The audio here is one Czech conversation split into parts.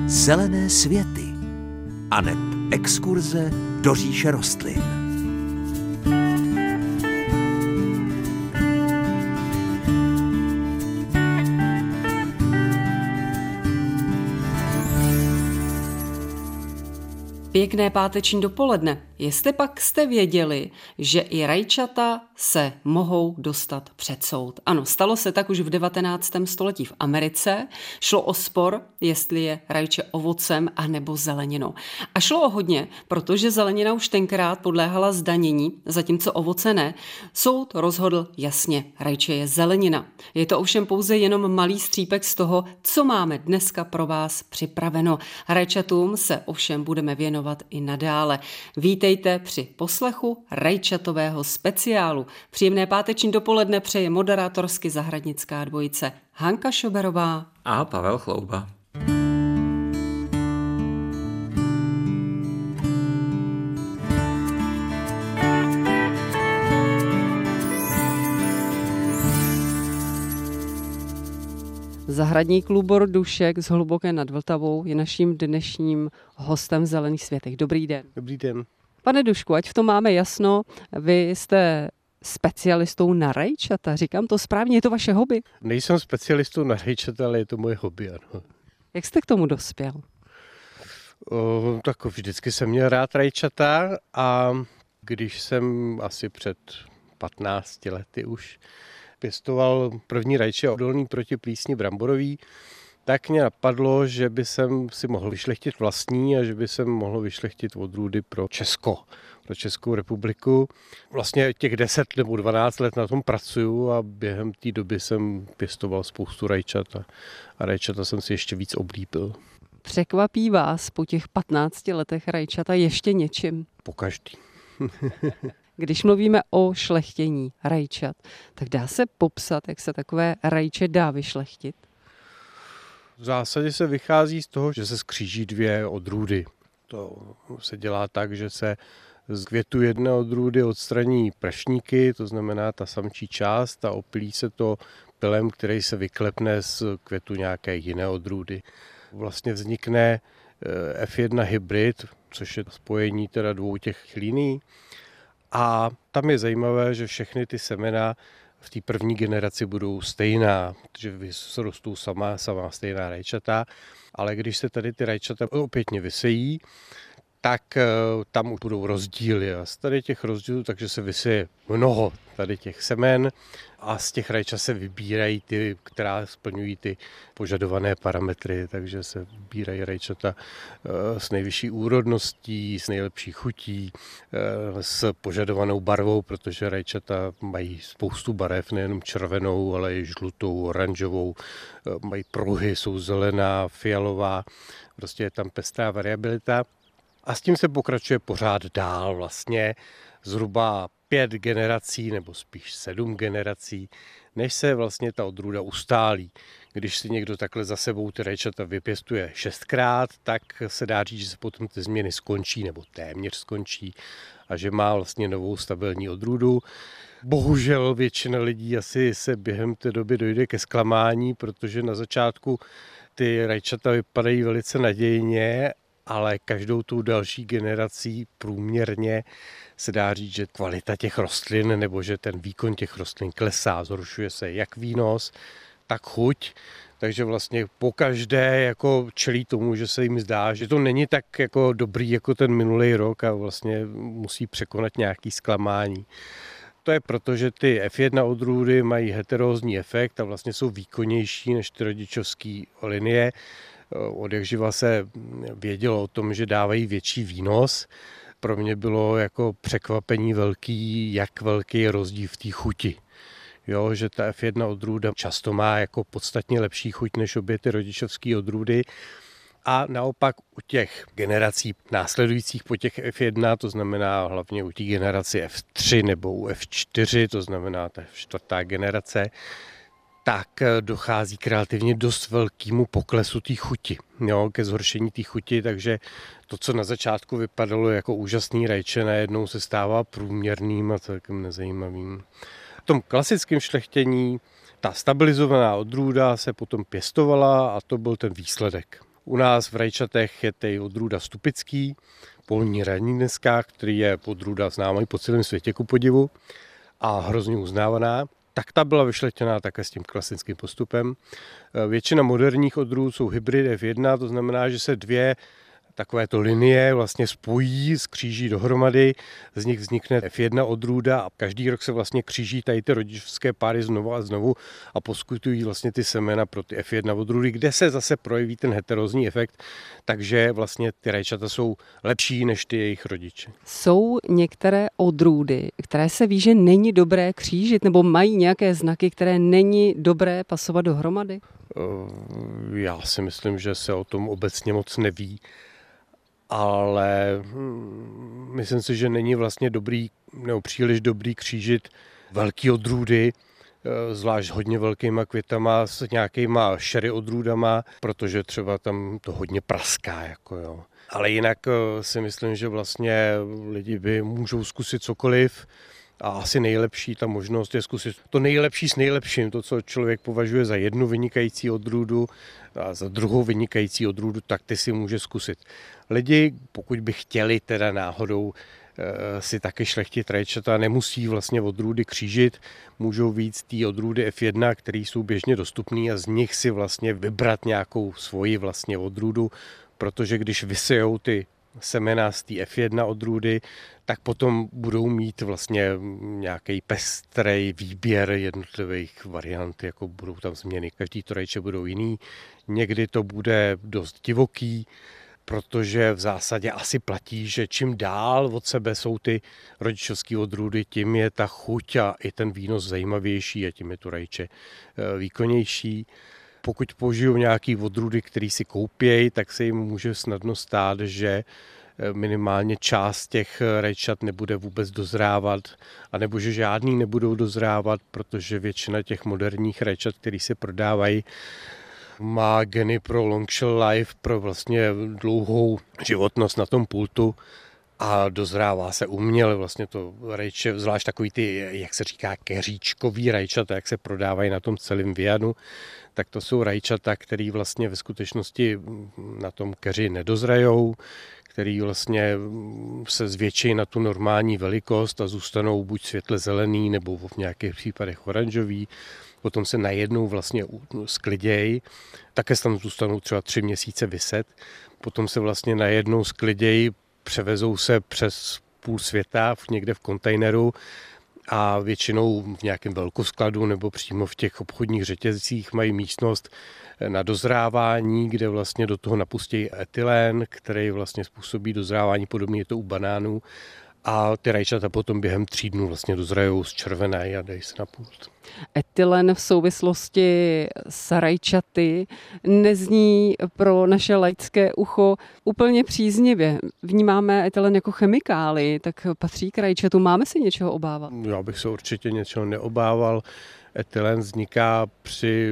Zelené světy aneb exkurze do říše rostlin. Pěkné páteční dopoledne. Jestli pak jste věděli, že i rajčata se mohou dostat před soud. Ano, stalo se tak už v 19. století v Americe. Šlo o spor, jestli je rajče ovocem a nebo zeleninou. A šlo o hodně, protože zelenina už tenkrát podléhala zdanění, zatímco ovoce ne. Soud rozhodl jasně, rajče je zelenina. Je to ovšem pouze jenom malý střípek z toho, co máme dneska pro vás připraveno. Rajčatům se ovšem budeme věnovat i nadále. Vítejte při poslechu rajčatového speciálu. Příjemné páteční dopoledne přeje moderátorsky zahradnická dvojice Hanka Šoberová a Pavel Chlouba. Zahradník Lubor Dušek z Hluboké nad Vltavou je naším dnešním hostem v Zelených světech. Dobrý den. Dobrý den. Pane Dušku, ať v tom máme jasno, vy jste specialistou na rajčata. Říkám to správně, je to vaše hobby? Nejsem specialistou na rajčata, ale je to moje hobby, ano. Jak jste k tomu dospěl? Tak vždycky jsem měl rád rajčata a když jsem asi před 15 lety už pěstoval první rajče odolný proti plísni bramborový, tak mě napadlo, že by jsem si mohl vyšlechtit vlastní a že by jsem mohl vyšlechtit odrůdy pro Česko, pro Českou republiku. Vlastně těch 10 nebo 12 let na tom pracuju a během té doby jsem pěstoval spoustu rajčat a rajčata jsem si ještě víc oblíbil. Překvapí vás po těch 15 letech rajčata ještě něčím? Pokaždý. Když mluvíme o šlechtění rajčat, tak dá se popsat, jak se takové rajče dá vyšlechtit? V zásadě se vychází z toho, že se skříží dvě odrůdy. To se dělá tak, že se z květu jedné odrůdy odstraní prašníky, to znamená ta samčí část, a opylí se to pilem, který se vyklepne z květu nějaké jiné odrůdy. Vlastně vznikne F1 hybrid, což je spojení teda dvou těch linií. A tam je zajímavé, že všechny ty semena v té první generaci budou stejná, že rostou sama stejná rajčata, ale když se tady ty rajčata opětně vysejí, tak tam už budou rozdíly a z tady těch rozdílů, takže se vyseje mnoho tady těch semen a z těch rajčat se vybírají ty, která splňují ty požadované parametry, takže se vybírají rajčata s nejvyšší úrodností, s nejlepší chutí, s požadovanou barvou, protože rajčata mají spoustu barev, nejenom červenou, ale i žlutou, oranžovou, mají pruhy, jsou zelená, fialová, prostě je tam pestrá variabilita. A s tím se pokračuje pořád dál, vlastně zhruba 5 generací nebo spíš 7 generací, než se vlastně ta odrůda ustálí. Když si někdo takhle za sebou ty rajčata vypěstuje 6krát, tak se dá říct, že se potom ty změny skončí nebo téměř skončí a že má vlastně novou stabilní odrůdu. Bohužel většina lidí asi se během té doby dojde ke zklamání, protože na začátku ty rajčata vypadají velice nadějně, ale každou tou další generací průměrně se dá říct, že kvalita těch rostlin nebo že ten výkon těch rostlin klesá, zhoršuje se jak výnos, tak chuť. Takže vlastně pokaždé jako čelí tomu, že se jim zdá, že to není tak jako dobrý jako ten minulý rok a vlastně musí překonat nějaký zklamání. To je proto, že ty F1 odrůdy mají heterózní efekt a vlastně jsou výkonnější než ty rodičovské linie. Odjakživa se vědělo o tom, že dávají větší výnos. Pro mě bylo jako překvapení velký, jak velký je rozdíl v té chuti. Jo, že ta F1 odrůda často má jako podstatně lepší chuť než obě ty rodičovské odrůdy. A naopak u těch generací následujících po těch F1, to znamená hlavně u té generaci F3 nebo u F4, to znamená ta 4. generace, tak dochází k relativně dost velkému poklesu té chuti, jo, ke zhoršení té chuti, takže to, co na začátku vypadalo jako úžasný rajče, najednou se stává průměrným a celkem nezajímavým. V tom klasickém šlechtění ta stabilizovaná odrůda se potom pěstovala a to byl ten výsledek. U nás v rajčatech je tej odrůda stupický, polní raní dneska, který je odrůda známý po celém světě ku podivu a hrozně uznávaná. Tak ta byla vyšletěná také s tím klasickým postupem. Většina moderních odrůd jsou hybrid F1, to znamená, že se dvě takovéto linie vlastně spojí, skříží dohromady, z nich vznikne F1 odrůda a každý rok se vlastně kříží tady ty rodičovské páry znovu a znovu a poskytují vlastně ty semena pro ty F1 odrůdy, kde se zase projeví ten heterózní efekt, takže vlastně ty rajčata jsou lepší než ty jejich rodiče. Jsou některé odrůdy, které se ví, že není dobré křížit, nebo mají nějaké znaky, které není dobré pasovat dohromady? Já si myslím, že se o tom obecně moc neví. Ale myslím si, že není vlastně dobrý nebo příliš dobrý křížit velký odrůdy, zvlášť hodně velkýma květama s nějakýma sherry odrůdama, protože třeba tam to hodně praská. Jo. Ale jinak si myslím, že vlastně lidi můžou zkusit cokoliv a asi nejlepší ta možnost je zkusit to nejlepší s nejlepším, to, co člověk považuje za jednu vynikající odrůdu a za druhou vynikající odrůdu, tak ty si může zkusit. Lidi, pokud by chtěli teda náhodou si taky šlechtit rajčata, nemusí vlastně odrůdy křížit, můžou víc té odrůdy F1, které jsou běžně dostupné a z nich si vlastně vybrat nějakou svoji vlastně odrůdu, protože když vysejou ty semena z té F1 odrůdy, tak potom budou mít vlastně nějaký pestrej výběr jednotlivých variant, jako budou tam změny. Každý to rajče budou jiný. Někdy to bude dost divoký, protože v zásadě asi platí, že čím dál od sebe jsou ty rodičovské odrůdy, tím je ta chuť a i ten výnos zajímavější a tím je to rajče výkonnější. Pokud použijou nějaký odrůdy, který si koupějí, tak se jim může snadno stát, že minimálně část těch rajčat nebude vůbec dozrávat, anebo že žádný nebudou dozrávat, protože většina těch moderních rajčat, které se prodávají, má geny pro long shell life, pro vlastně dlouhou životnost na tom pultu a dozrává se uměle. Vlastně to rajče, zvlášť takový ty, jak se říká, keříčkový rajčata, jak se prodávají na tom celém Vianu, tak to jsou rajčata, které vlastně ve skutečnosti na tom keři nedozrajou, který vlastně se zvětší na tu normální velikost a zůstanou buď světle zelený nebo v nějakých případech oranžový. Potom se najednou vlastně sklidějí, také se tam zůstanou třeba 3 měsíce viset. Potom se vlastně najednou sklidějí, převezou se přes půl světa někde v kontejneru a většinou v nějakém velkoskladu nebo přímo v těch obchodních řetězcích mají místnost na dozrávání, kde vlastně do toho napustí etylén, který vlastně způsobí dozrávání, podobně je to u banánů. A ty rajčata potom během 3 dnů vlastně dozrajou z červené a dají se na pult. Etylen v souvislosti s rajčaty nezní pro naše laické ucho úplně příznivě. Vnímáme etylen jako chemikály, tak patří k rajčatu. Máme si něčeho obávat? Já bych se určitě něčeho neobával. Etylen vzniká při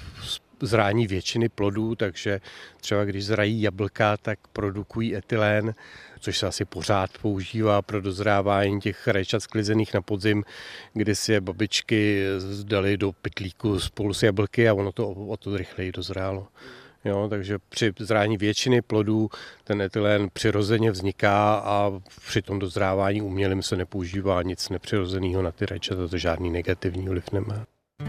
zrání většiny plodů, takže třeba když zrají jablka, tak produkují etylén, což se asi pořád používá pro dozrávání těch rajčat sklizených na podzim, kdy si je babičky dali do pytlíku spolu s jablky a ono to o to rychleji dozrálo. Jo, takže při zrání většiny plodů ten etylén přirozeně vzniká a při tom dozrávání umělým se nepoužívá nic nepřirozeného na ty rajčata, to žádný negativní vliv nemá.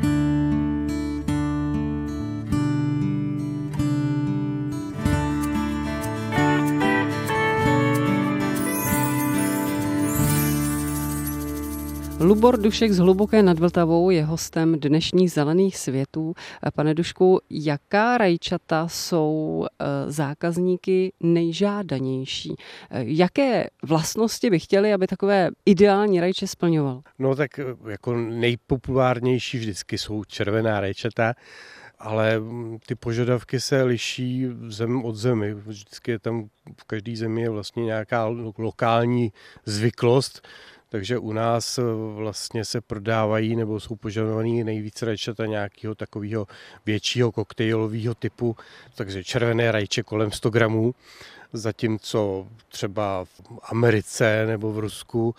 Lubor Dušek z Hluboké nad Vltavou je hostem dnešních Zelených světů. Pane Dušku, jaká rajčata jsou zákazníky nejžádanější? Jaké vlastnosti by chtěli, aby takové ideální rajče splňoval? No tak jako nejpopulárnější vždycky jsou červená rajčata, ale ty požadavky se liší zem od zemi. Vždycky je tam v každé zemi je vlastně nějaká lokální zvyklost. Takže u nás vlastně se prodávají nebo jsou požadovaný nejvíce rajčata nějakého takového většího koktejlového typu, takže červené rajče kolem 100 gramů, zatímco třeba v Americe nebo v Rusku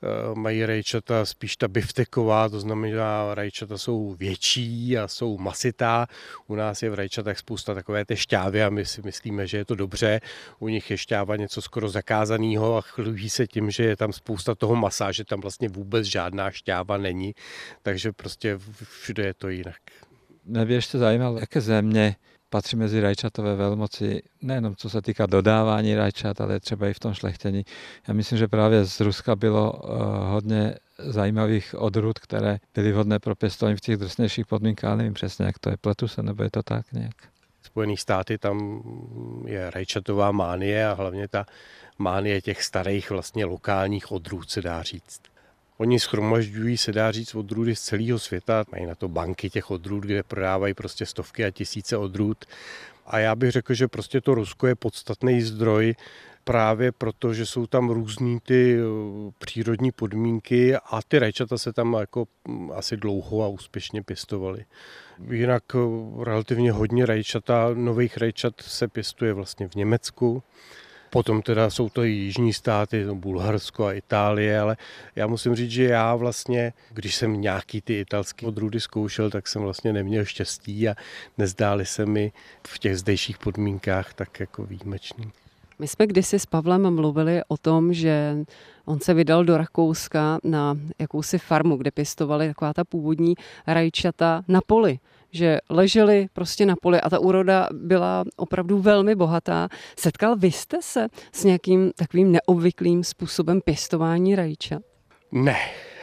mají rajčata spíš ta bifteková, to znamená, rajčata jsou větší a jsou masitá. U nás je v rajčatách spousta takové té šťávy a my si myslíme, že je to dobře. U nich je šťáva něco skoro zakázaného a chlubí se tím, že je tam spousta toho masa, že tam vlastně vůbec žádná šťáva není. Takže prostě všude je to jinak. Mňa by ešte zajímalo, aké země patří mezi rajčatové veľmoci, nejenom co se týká dodávání rajčat, ale třeba i v tom šlechtení. Já myslím, že právě z Ruska bylo hodně zajímavých odrůd, které byly vhodné pro pěstování v těch drsnějších podmínkách, ale nevím přesně, jak to je, pletu se, nebo je to tak nějak? Spojených státy tam je rajčatová mánie a hlavně ta mánie těch starých vlastně lokálních odrůd, se dá říct. Oni shromažďují, se dá říct, odrůdy z celého světa. Mají na to banky těch odrůd, kde prodávají prostě stovky a tisíce odrůd. A já bych řekl, že prostě to Rusko je podstatný zdroj právě proto, že jsou tam různý ty přírodní podmínky a ty rajčata se tam jako asi dlouho a úspěšně pěstovaly. Jinak relativně hodně rajčata, nových rajčat se pěstuje vlastně v Německu. Potom teda jsou to i jižní státy, Bulharsko a Itálie, ale já musím říct, že já vlastně, když jsem nějaký ty italské odrůdy zkoušel, tak jsem vlastně neměl štěstí a nezdály se mi v těch zdejších podmínkách tak jako výjimečný. My jsme kdysi s Pavlem mluvili o tom, že on se vydal do Rakouska na jakousi farmu, kde pěstovali taková ta původní rajčata na poli. Že leželi prostě na poli a ta úroda byla opravdu velmi bohatá. Setkal vy jste se s nějakým takovým neobvyklým způsobem pěstování rajčat? Ne.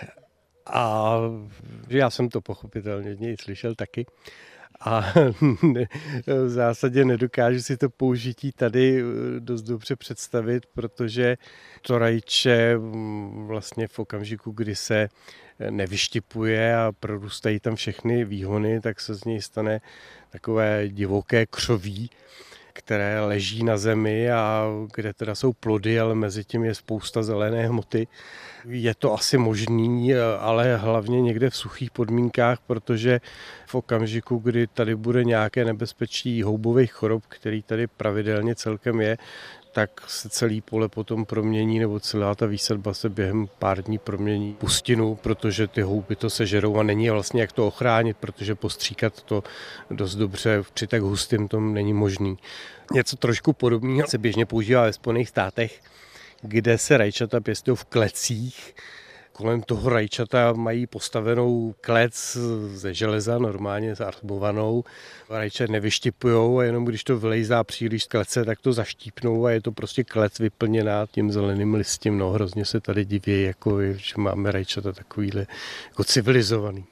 A já jsem to pochopitelně od něj slyšel taky. A v zásadě nedokážu si to použití tady dost dobře představit, protože to rajče vlastně v okamžiku, kdy se nevyštipuje a prorůstají tam všechny výhony, tak se z něj stane takové divoké křoví, které leží na zemi a kde teda jsou plody, ale mezi tím je spousta zelené hmoty. Je to asi možný, ale hlavně někde v suchých podmínkách, protože v okamžiku, kdy tady bude nějaké nebezpečí houbových chorob, který tady pravidelně celkem je, tak se celý pole potom promění, nebo celá ta výsadba se během pár dní promění pustinu, protože ty houby to sežerou a není vlastně jak to ochránit, protože postříkat to dost dobře při tak hustým tom není možný. Něco trošku podobného se běžně používá ve Spojených státech, kde se rajčata pěstují v klecích. Kolem toho rajčata mají postavenou klec ze železa, normálně zarmovanou. Rajčat nevyštipujou a jenom když to vylejzá příliš z klece, tak to zaštípnou a je to prostě klec vyplněná tím zeleným listím. No, hrozně se tady diví, jako, že máme rajčata takovýhle jako civilizovaný.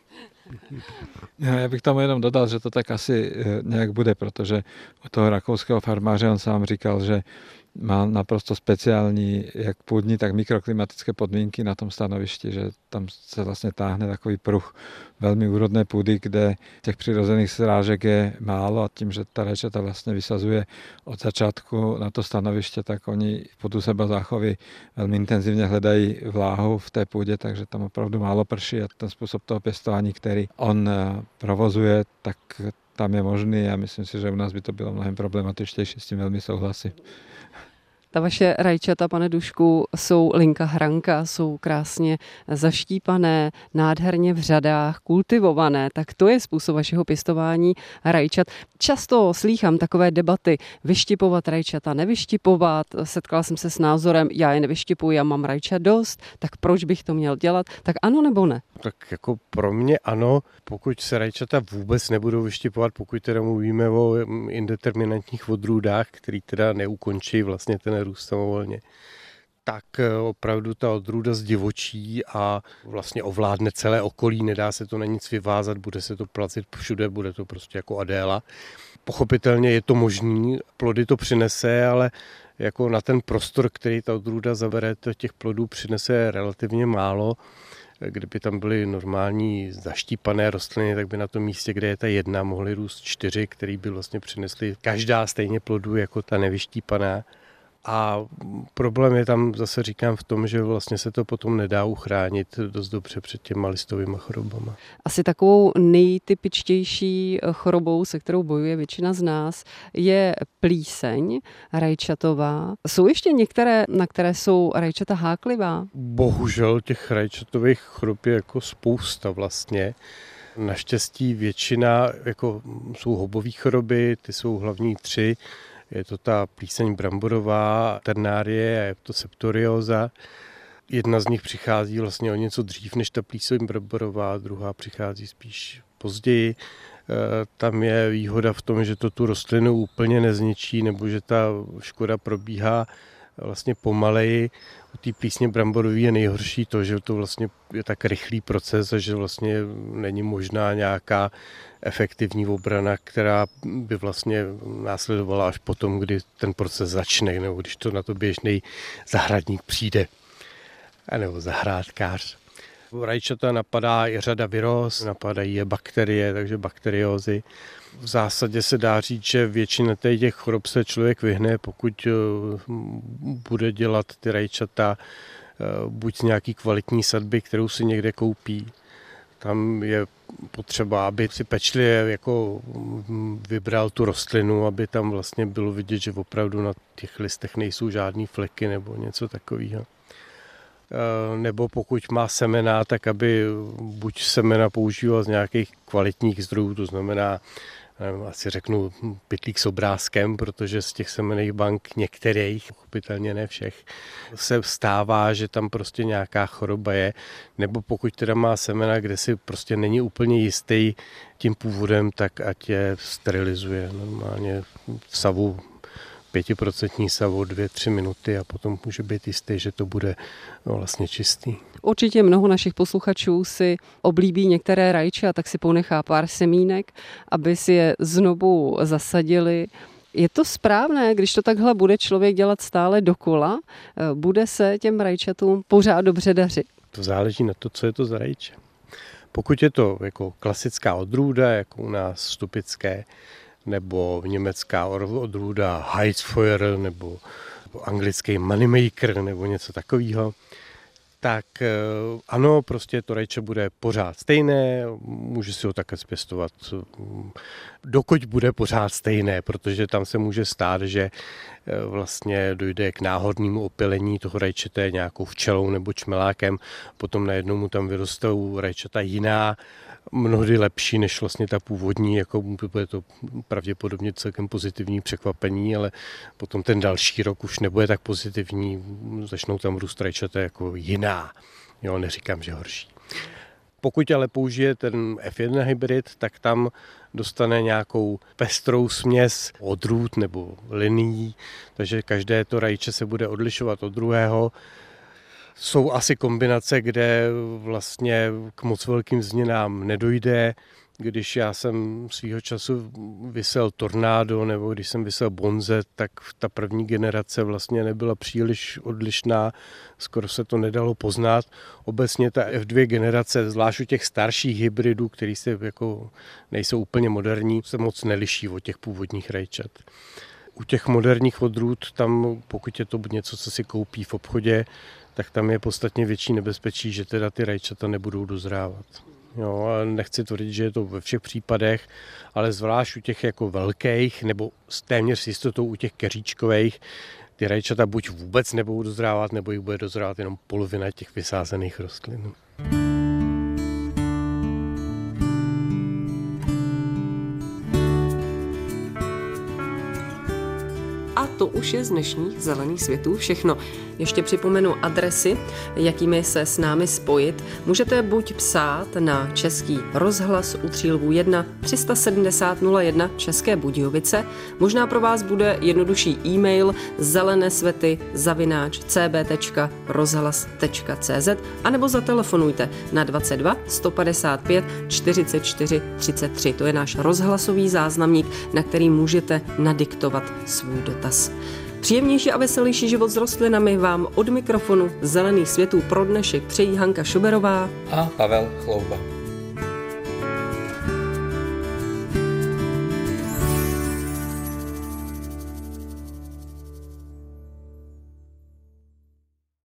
Já bych tomu jenom dodal, že to tak asi nějak bude, protože u toho rakouského farmáře on sám říkal, že má naprosto speciální jak půdní, tak mikroklimatické podmínky na tom stanovišti, že tam se vlastně táhne takový pruh velmi úrodné půdy, kde těch přirozených srážek je málo a tím, že ta rajčata vlastně vysazuje od začátku na to stanoviště, tak oni pod seba záchovy velmi intenzivně hledají vláhu v té půdě, takže tam opravdu málo prší a ten způsob toho pěstování, který on provozuje, tak tam je možný a myslím si, že u nás by to bylo mnohem problematičtější, s tím velmi souhlasím. Ta vaše rajčata, pane Dušku, jsou linka hranka, jsou krásně zaštípané, nádherně v řadách, kultivované. Tak to je způsob vašeho pěstování rajčat. Často slýchám takové debaty, vyštipovat rajčata, nevyštipovat. Setkala jsem se s názorem, já je nevyštipuji, já mám rajčat dost, tak proč bych to měl dělat? Tak ano nebo ne? Tak jako pro mě ano, pokud se rajčata vůbec nebudou vyštipovat, pokud teda mluvíme o indeterminantních odrůdách, který teda neukončí vlastně ten růst samovolně, tak opravdu ta odrůda zdivočí a vlastně ovládne celé okolí, nedá se to na nic vyvázat, bude se to placit všude, bude to prostě jako Adéla. Pochopitelně je to možný, plody to přinese, ale jako na ten prostor, který ta odrůda zabere, to těch plodů přinese relativně málo. Kdyby tam byly normální zaštípané rostliny, tak by na tom místě, kde je ta jedna, mohly růst 4, který by vlastně přinesly každá stejně plodů jako ta nevyštípaná. A problém je tam, zase říkám, v tom, že vlastně se to potom nedá uchránit dost dobře před těma listovými chorobama. Asi takovou nejtypičtější chorobou, se kterou bojuje většina z nás, je plíseň rajčatová. Jsou ještě některé, na které jsou rajčata háklivá? Bohužel těch rajčatových chorob je jako spousta vlastně. Naštěstí většina jako jsou hobové choroby, ty jsou hlavní 3. Je to ta plíseň bramborová, ternárie a je to septorióza. Jedna z nich přichází vlastně o něco dřív než ta plíseň bramborová, druhá přichází spíš později. Tam je výhoda v tom, že to tu rostlinu úplně nezničí, nebo že ta škoda probíhá vlastně pomaleji. U té plísně bramborové je nejhorší to, že to vlastně je tak rychlý proces a že vlastně není možná nějaká efektivní obrana, která by vlastně následovala až potom, kdy ten proces začne, nebo když to na to běžný zahradník přijde, nebo zahrádkář. Rajčata napadá i řada viróz, napadají je bakterie, takže bakteriózy. V zásadě se dá říct, že většina těch chorob se člověk vyhne, pokud bude dělat ty rajčata buď z nějaký kvalitní sadby, kterou si někde koupí. Tam je potřeba, aby si pečlivě jako vybral tu rostlinu, aby tam vlastně bylo vidět, že opravdu na těch listech nejsou žádný fleky nebo něco takového. Nebo pokud má semena, tak aby buď semena používal z nějakých kvalitních zdrojů, to znamená, asi řeknu pytlík s obrázkem, protože z těch semenných bank některých, pochopitelně ne všech, se stává, že tam prostě nějaká choroba je, nebo pokud teda má semena, kde si prostě není úplně jistý tím původem, tak ať je sterilizuje normálně v savu, 5% savu 2-3 minuty a potom může být jistý, že to bude vlastně čistý. Určitě mnoho našich posluchačů si oblíbí některé rajče a tak si ponechá pár semínek, aby si je znovu zasadili. Je to správné, když to takhle bude člověk dělat stále dokola, bude se těm rajčatům pořád dobře dařit? To záleží na to, co je to za rajče. Pokud je to jako klasická odrůda, jako u nás stupické, nebo německá odrůda Heizfeuer, nebo anglický Moneymaker, nebo něco takového, tak ano, prostě to rajče bude pořád stejné, může si ho také zpěstovat, dokud bude pořád stejné, protože tam se může stát, že vlastně dojde k náhodnému opylení toho rajčete nějakou včelou nebo čmelákem, potom najednou mu tam vyrostou rajčata jiná, mnohdy lepší než vlastně ta původní, jako bude to pravděpodobně celkem pozitivní překvapení, ale potom ten další rok už nebude tak pozitivní, začnou tam růst rajčata jako jiná, jo, neříkám, že horší. Pokud ale použije ten F1 hybrid, tak tam dostane nějakou pestrou směs odrůd nebo linií, takže každé to rajče se bude odlišovat od druhého. Jsou asi kombinace, kde vlastně k moc velkým změnám nedojde. Když já jsem svýho času visel Tornado nebo když jsem visel Bonze, tak ta první generace vlastně nebyla příliš odlišná, skoro se to nedalo poznat. Obecně ta F2 generace, zvlášť u těch starších hybridů, který se jako nejsou úplně moderní, se moc neliší od těch původních rajčat. U těch moderních odrůd, tam pokud je to něco, co si koupí v obchodě, tak tam je podstatně větší nebezpečí, že teda ty rajčata nebudou dozrávat. Jo, a nechci tvrdit, že je to ve všech případech, ale zvlášť u těch jako velkých, nebo téměř s jistotou u těch keříčkových, ty rajčata buď vůbec nebudou dozrávat, nebo jich bude dozrávat jenom polovina těch vysázených rostlin. A to už je z dnešních Zelených světů všechno. Ještě připomenu adresy, jakými se s námi spojit. Můžete buď psát na Český rozhlas u Třílvů 1 370 01 České Budějovice. Možná pro vás bude jednodušší e-mail zelenesvety@cb.rozhlas.cz anebo zatelefonujte na 22 155 44 33. To je náš rozhlasový záznamník, na který můžete nadiktovat svůj dotaz. Příjemnější a veselější život s rostlinami vám od mikrofonu Zelených světů pro dnešek přejí Hanka Šoberová a Pavel Chlouba.